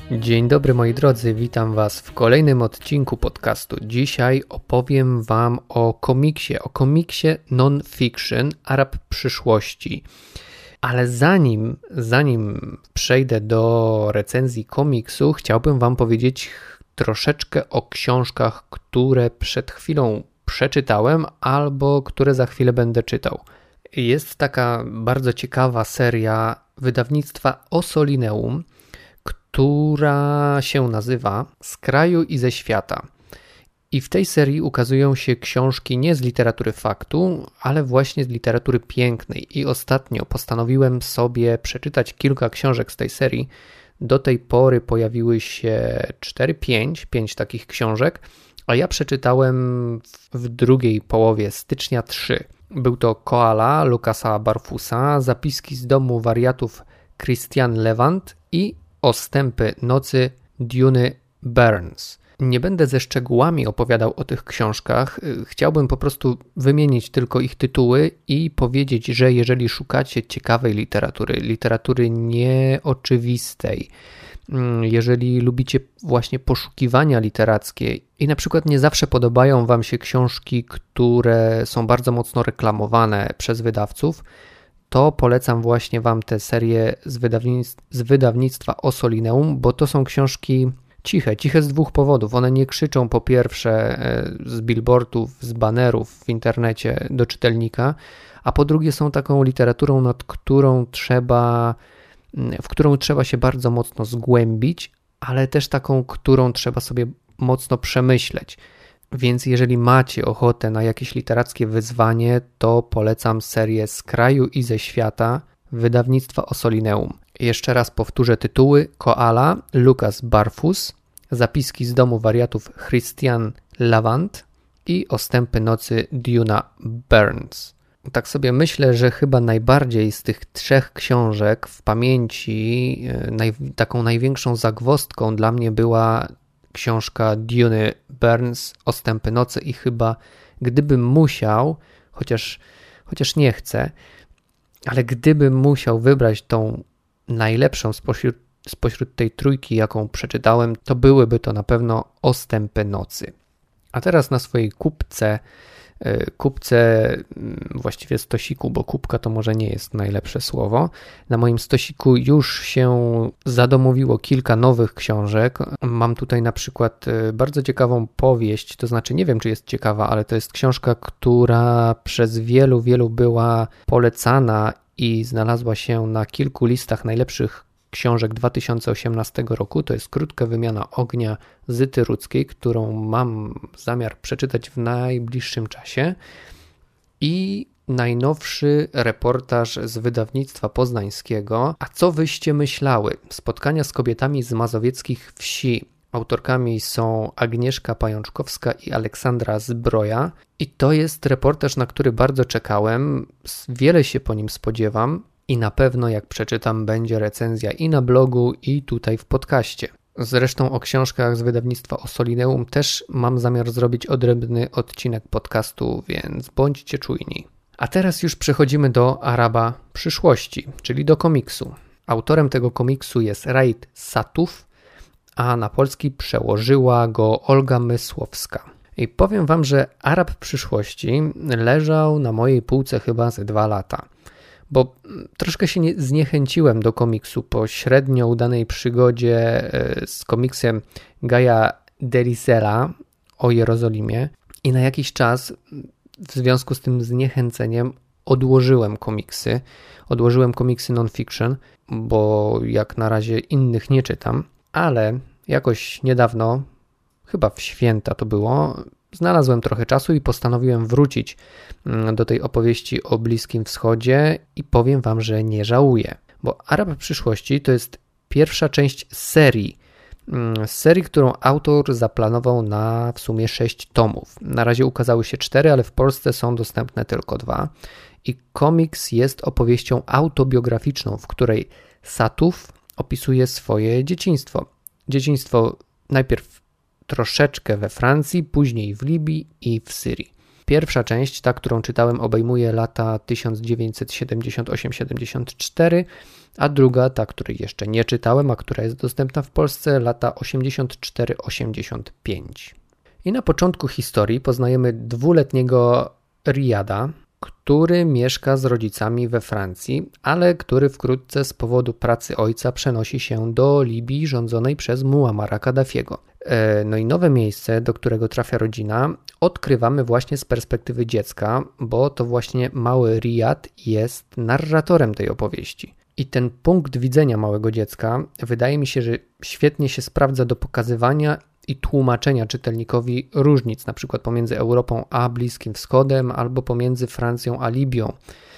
Dzień dobry moi drodzy, witam Was w kolejnym odcinku podcastu. Dzisiaj opowiem Wam o komiksie non-fiction Arab przyszłości. Ale zanim przejdę do recenzji komiksu, chciałbym Wam powiedzieć troszeczkę o książkach, które przed chwilą przeczytałem albo które za chwilę będę czytał. Jest taka bardzo ciekawa seria wydawnictwa Ossolineum, która się nazywa Z kraju i ze świata. I w tej serii ukazują się książki nie z literatury faktu, ale właśnie z literatury pięknej. I ostatnio postanowiłem sobie przeczytać kilka książek z tej serii. Do tej pory pojawiły się 5 takich książek, a ja przeczytałem w drugiej połowie stycznia 3. Był to Koala Lucasa Barfusa, Zapiski z domu wariatów Christian Levant i Ostępy nocy Duny Burns. Nie będę ze szczegółami opowiadał o tych książkach, chciałbym po prostu wymienić tylko ich tytuły i powiedzieć, że jeżeli szukacie ciekawej literatury nieoczywistej, jeżeli lubicie właśnie poszukiwania literackie i na przykład nie zawsze podobają Wam się książki, które są bardzo mocno reklamowane przez wydawców, to polecam właśnie Wam tę serię z wydawnictwa Ossolineum, bo to są książki ciche z dwóch powodów. One nie krzyczą po pierwsze z billboardów, z banerów w internecie do czytelnika, a po drugie są taką literaturą, w którą trzeba się bardzo mocno zgłębić, ale też taką, którą trzeba sobie mocno przemyśleć. Więc jeżeli macie ochotę na jakieś literackie wyzwanie, to polecam serię Z kraju i ze świata wydawnictwa Ossolineum. Jeszcze raz powtórzę tytuły: Koala Lucas Barfus, Zapiski z domu wariatów Christian Levant i Ostępy nocy Duna Burns. Tak sobie myślę, że chyba najbardziej z tych trzech książek w pamięci taką największą zagwozdką dla mnie była książka Duny Burns, Ostępy nocy i chyba gdybym musiał, chociaż nie chcę, ale gdybym musiał wybrać tą najlepszą spośród tej trójki, jaką przeczytałem, to byłyby to na pewno Ostępy nocy. A teraz na swojej kupce, właściwie stosiku, bo kubka to może nie jest najlepsze słowo. Na moim stosiku już się zadomowiło kilka nowych książek. Mam tutaj na przykład bardzo ciekawą powieść, to znaczy nie wiem, czy jest ciekawa, ale to jest książka, która przez wielu była polecana i znalazła się na kilku listach najlepszych książek 2018 roku. To jest Krótka wymiana ognia Zyty Rudzkiej, którą mam zamiar przeczytać w najbliższym czasie. I najnowszy reportaż z wydawnictwa poznańskiego. A co wyście myślały? Spotkania z kobietami z mazowieckich wsi. Autorkami są Agnieszka Pajączkowska i Aleksandra Zbroja. I to jest reportaż, na który bardzo czekałem. Wiele się po nim spodziewam. I na pewno jak przeczytam, będzie recenzja i na blogu, i tutaj w podcaście. Zresztą o książkach z wydawnictwa Ossolineum też mam zamiar zrobić odrębny odcinek podcastu, więc bądźcie czujni. A teraz już przechodzimy do Araba przyszłości, czyli do komiksu. Autorem tego komiksu jest Raid Satuf, a na polski przełożyła go Olga Mysłowska. I powiem Wam, że Arab przyszłości leżał na mojej półce chyba ze 2 lata. Bo troszkę się zniechęciłem do komiksu po średnio udanej przygodzie z komiksem Gaja Derisela o Jerozolimie i na jakiś czas w związku z tym zniechęceniem odłożyłem komiksy non-fiction, bo jak na razie innych nie czytam, ale jakoś niedawno, chyba w święta to było, znalazłem trochę czasu i postanowiłem wrócić do tej opowieści o Bliskim Wschodzie i powiem Wam, że nie żałuję, bo Arab przyszłości to jest pierwsza część serii, którą autor zaplanował na w sumie 6 tomów. Na razie ukazały się 4, ale w Polsce są dostępne tylko 2 i komiks jest opowieścią autobiograficzną, w której Satuf opisuje swoje dzieciństwo. Dzieciństwo najpierw troszeczkę we Francji, później w Libii i w Syrii. Pierwsza część, ta, którą czytałem, obejmuje lata 1978-74, a druga, ta, której jeszcze nie czytałem, a która jest dostępna w Polsce, lata 84-85. I na początku historii poznajemy 2-letniego Riyada, który mieszka z rodzicami we Francji, ale który wkrótce z powodu pracy ojca przenosi się do Libii rządzonej przez Muammara Kaddafiego. No i nowe miejsce, do którego trafia rodzina, odkrywamy właśnie z perspektywy dziecka, bo to właśnie mały Riyad jest narratorem tej opowieści. I ten punkt widzenia małego dziecka wydaje mi się, że świetnie się sprawdza do pokazywania i tłumaczenia czytelnikowi różnic, na przykład pomiędzy Europą a Bliskim Wschodem, albo pomiędzy Francją a Libią,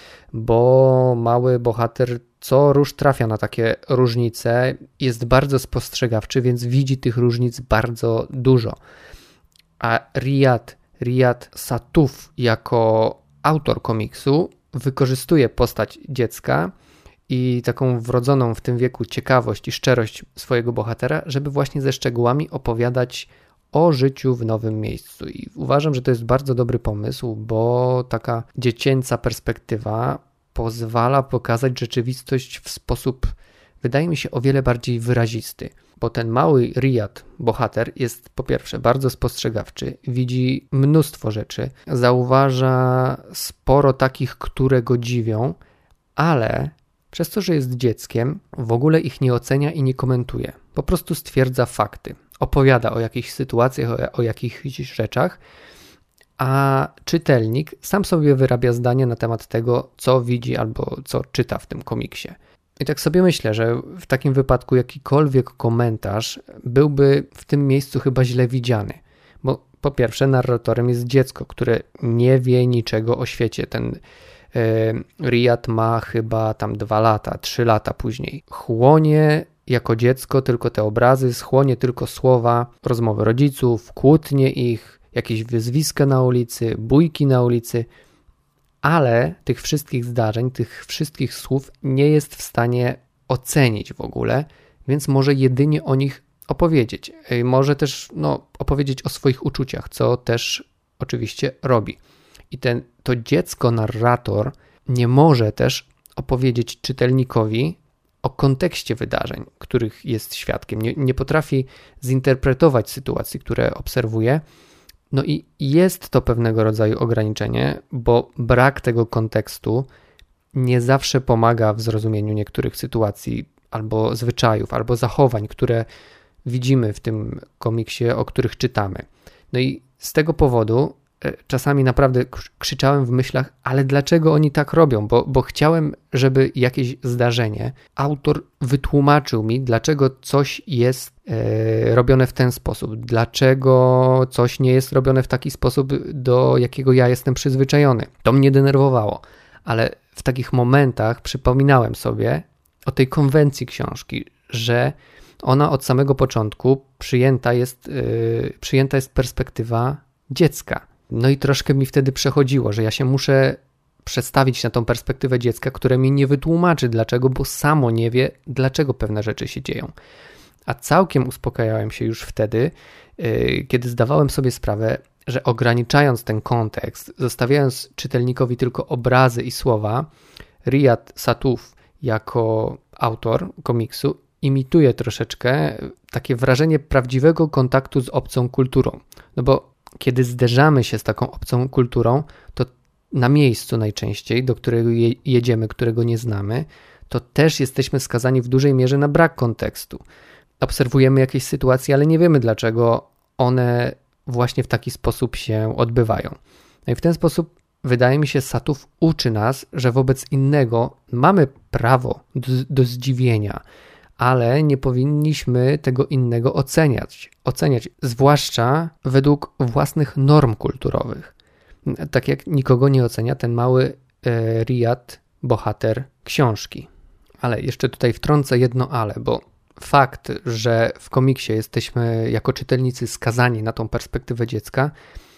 bo mały bohater co rusz trafia na takie różnice, jest bardzo spostrzegawczy, więc widzi tych różnic bardzo dużo. A Riyad Sattouf jako autor komiksu wykorzystuje postać dziecka i taką wrodzoną w tym wieku ciekawość i szczerość swojego bohatera, żeby właśnie ze szczegółami opowiadać o życiu w nowym miejscu. I uważam, że to jest bardzo dobry pomysł, bo taka dziecięca perspektywa pozwala pokazać rzeczywistość w sposób, wydaje mi się, o wiele bardziej wyrazisty. Bo ten mały Riyad, bohater, jest po pierwsze bardzo spostrzegawczy, widzi mnóstwo rzeczy, zauważa sporo takich, które go dziwią, ale przez to, że jest dzieckiem, w ogóle ich nie ocenia i nie komentuje. Po prostu stwierdza fakty, opowiada o jakichś sytuacjach, o jakichś rzeczach, a czytelnik sam sobie wyrabia zdanie na temat tego, co widzi albo co czyta w tym komiksie. I tak sobie myślę, że w takim wypadku jakikolwiek komentarz byłby w tym miejscu chyba źle widziany, bo po pierwsze narratorem jest dziecko, które nie wie niczego o świecie. Ten Riyad ma chyba tam 2 lata, 3 lata później. Chłonie jako dziecko tylko te obrazy, schłonie tylko słowa, rozmowy rodziców, kłótnie ich, jakieś wyzwiska na ulicy, bójki na ulicy, ale tych wszystkich zdarzeń, tych wszystkich słów nie jest w stanie ocenić w ogóle, więc może jedynie o nich opowiedzieć. Może też opowiedzieć o swoich uczuciach, co też oczywiście robi. I to dziecko narrator nie może też opowiedzieć czytelnikowi o kontekście wydarzeń, których jest świadkiem. Nie potrafi zinterpretować sytuacji, które obserwuje. No i jest to pewnego rodzaju ograniczenie, bo brak tego kontekstu nie zawsze pomaga w zrozumieniu niektórych sytuacji albo zwyczajów, albo zachowań, które widzimy w tym komiksie, o których czytamy. No i z tego powodu czasami naprawdę krzyczałem w myślach, ale dlaczego oni tak robią? Bo chciałem, żeby jakieś zdarzenie autor wytłumaczył mi, dlaczego coś jest robione w ten sposób, dlaczego coś nie jest robione w taki sposób, do jakiego ja jestem przyzwyczajony. To mnie denerwowało, ale w takich momentach przypominałem sobie o tej konwencji książki, że ona od samego początku przyjęta jest perspektywa dziecka. No i troszkę mi wtedy przechodziło, że ja się muszę przestawić na tą perspektywę dziecka, które mi nie wytłumaczy dlaczego, bo samo nie wie, dlaczego pewne rzeczy się dzieją. A całkiem uspokajałem się już wtedy, kiedy zdawałem sobie sprawę, że ograniczając ten kontekst, zostawiając czytelnikowi tylko obrazy i słowa, Riyad Sattouf jako autor komiksu imituje troszeczkę takie wrażenie prawdziwego kontaktu z obcą kulturą. No bo kiedy zderzamy się z taką obcą kulturą, to na miejscu najczęściej, do którego jedziemy, którego nie znamy, to też jesteśmy skazani w dużej mierze na brak kontekstu. Obserwujemy jakieś sytuacje, ale nie wiemy, dlaczego one właśnie w taki sposób się odbywają. No i w ten sposób, wydaje mi się, Sattouf uczy nas, że wobec innego mamy prawo do zdziwienia, ale nie powinniśmy tego innego oceniać, zwłaszcza według własnych norm kulturowych. Tak jak nikogo nie ocenia ten mały Riyad, bohater książki. Ale jeszcze tutaj wtrącę jedno ale, bo fakt, że w komiksie jesteśmy jako czytelnicy skazani na tą perspektywę dziecka,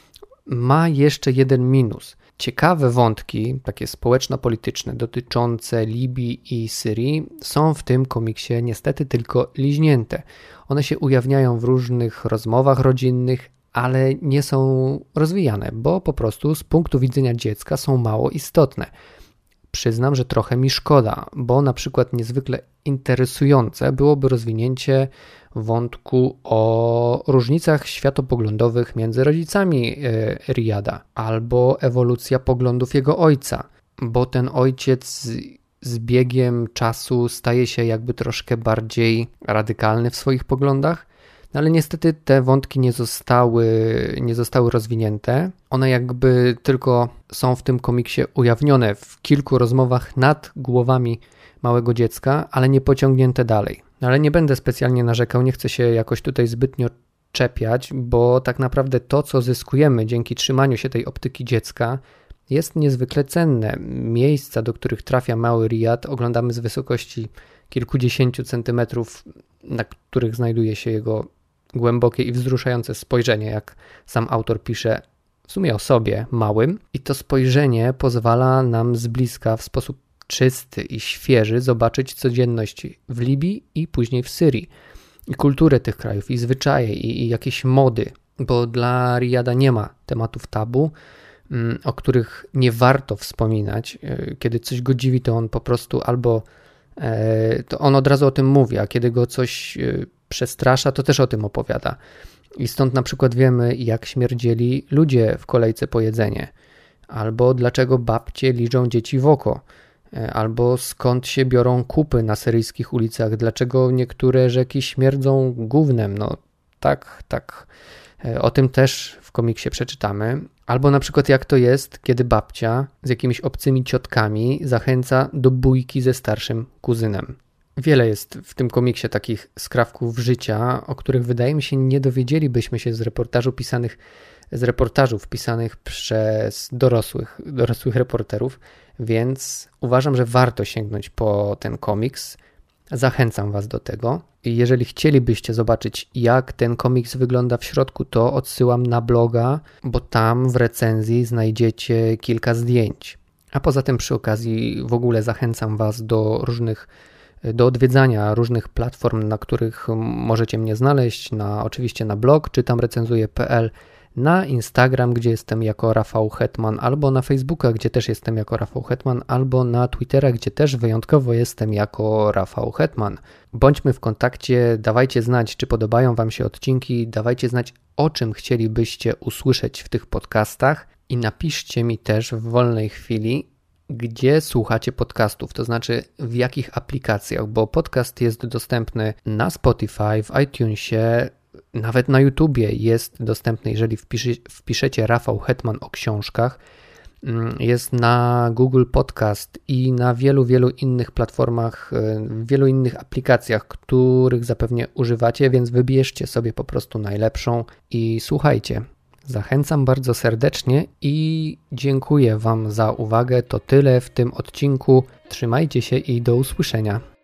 ma jeszcze jeden minus. Ciekawe wątki, takie społeczno-polityczne, dotyczące Libii i Syrii są w tym komiksie niestety tylko liźnięte. One się ujawniają w różnych rozmowach rodzinnych, ale nie są rozwijane, bo po prostu z punktu widzenia dziecka są mało istotne. Przyznam, że trochę mi szkoda, bo na przykład niezwykle interesujące byłoby rozwinięcie wątku o różnicach światopoglądowych między rodzicami Riyada, albo ewolucja poglądów jego ojca, bo ten ojciec z biegiem czasu staje się jakby troszkę bardziej radykalny w swoich poglądach, no ale niestety te wątki nie zostały rozwinięte. One jakby tylko są w tym komiksie ujawnione w kilku rozmowach nad głowami małego dziecka, ale nie pociągnięte dalej. No ale nie będę specjalnie narzekał, nie chcę się jakoś tutaj zbytnio czepiać, bo tak naprawdę to, co zyskujemy dzięki trzymaniu się tej optyki dziecka, jest niezwykle cenne. Miejsca, do których trafia mały Riyad, oglądamy z wysokości kilkudziesięciu centymetrów, na których znajduje się jego głębokie i wzruszające spojrzenie, jak sam autor pisze, w sumie o sobie małym. I to spojrzenie pozwala nam z bliska w sposób czysty i świeży zobaczyć codzienność w Libii i później w Syrii. I kulturę tych krajów, i zwyczaje, i jakieś mody, bo dla Riyada nie ma tematów tabu, o których nie warto wspominać. Kiedy coś go dziwi, to on po prostu to on od razu o tym mówi, a kiedy go coś przestrasza, to też o tym opowiada. I stąd na przykład wiemy, jak śmierdzieli ludzie w kolejce po jedzenie, albo dlaczego babcie liżą dzieci w oko, albo skąd się biorą kupy na syryjskich ulicach, dlaczego niektóre rzeki śmierdzą gównem. No tak. O tym też w komiksie przeczytamy. Albo na przykład jak to jest, kiedy babcia z jakimiś obcymi ciotkami zachęca do bójki ze starszym kuzynem. Wiele jest w tym komiksie takich skrawków życia, o których wydaje mi się nie dowiedzielibyśmy się z reportażów pisanych przez dorosłych reporterów, więc uważam, że warto sięgnąć po ten komiks. Zachęcam Was do tego. I jeżeli chcielibyście zobaczyć, jak ten komiks wygląda w środku, to odsyłam na bloga, bo tam w recenzji znajdziecie kilka zdjęć. A poza tym przy okazji w ogóle zachęcam Was do odwiedzania różnych platform, na których możecie mnie znaleźć, oczywiście na blog czytamrecenzuję.pl, na Instagram, gdzie jestem jako Rafał Hetman, albo na Facebooka, gdzie też jestem jako Rafał Hetman, albo na Twittera, gdzie też wyjątkowo jestem jako Rafał Hetman. Bądźmy w kontakcie, dawajcie znać, czy podobają Wam się odcinki, dawajcie znać, o czym chcielibyście usłyszeć w tych podcastach i napiszcie mi też w wolnej chwili, gdzie słuchacie podcastów, to znaczy w jakich aplikacjach, bo podcast jest dostępny na Spotify, w iTunesie, nawet na YouTubie jest dostępny, jeżeli wpiszecie Rafał Hetman o książkach. Jest na Google Podcast i na wielu innych platformach, w wielu innych aplikacjach, których zapewne używacie, więc wybierzcie sobie po prostu najlepszą i słuchajcie. Zachęcam bardzo serdecznie i dziękuję Wam za uwagę. To tyle w tym odcinku. Trzymajcie się i do usłyszenia.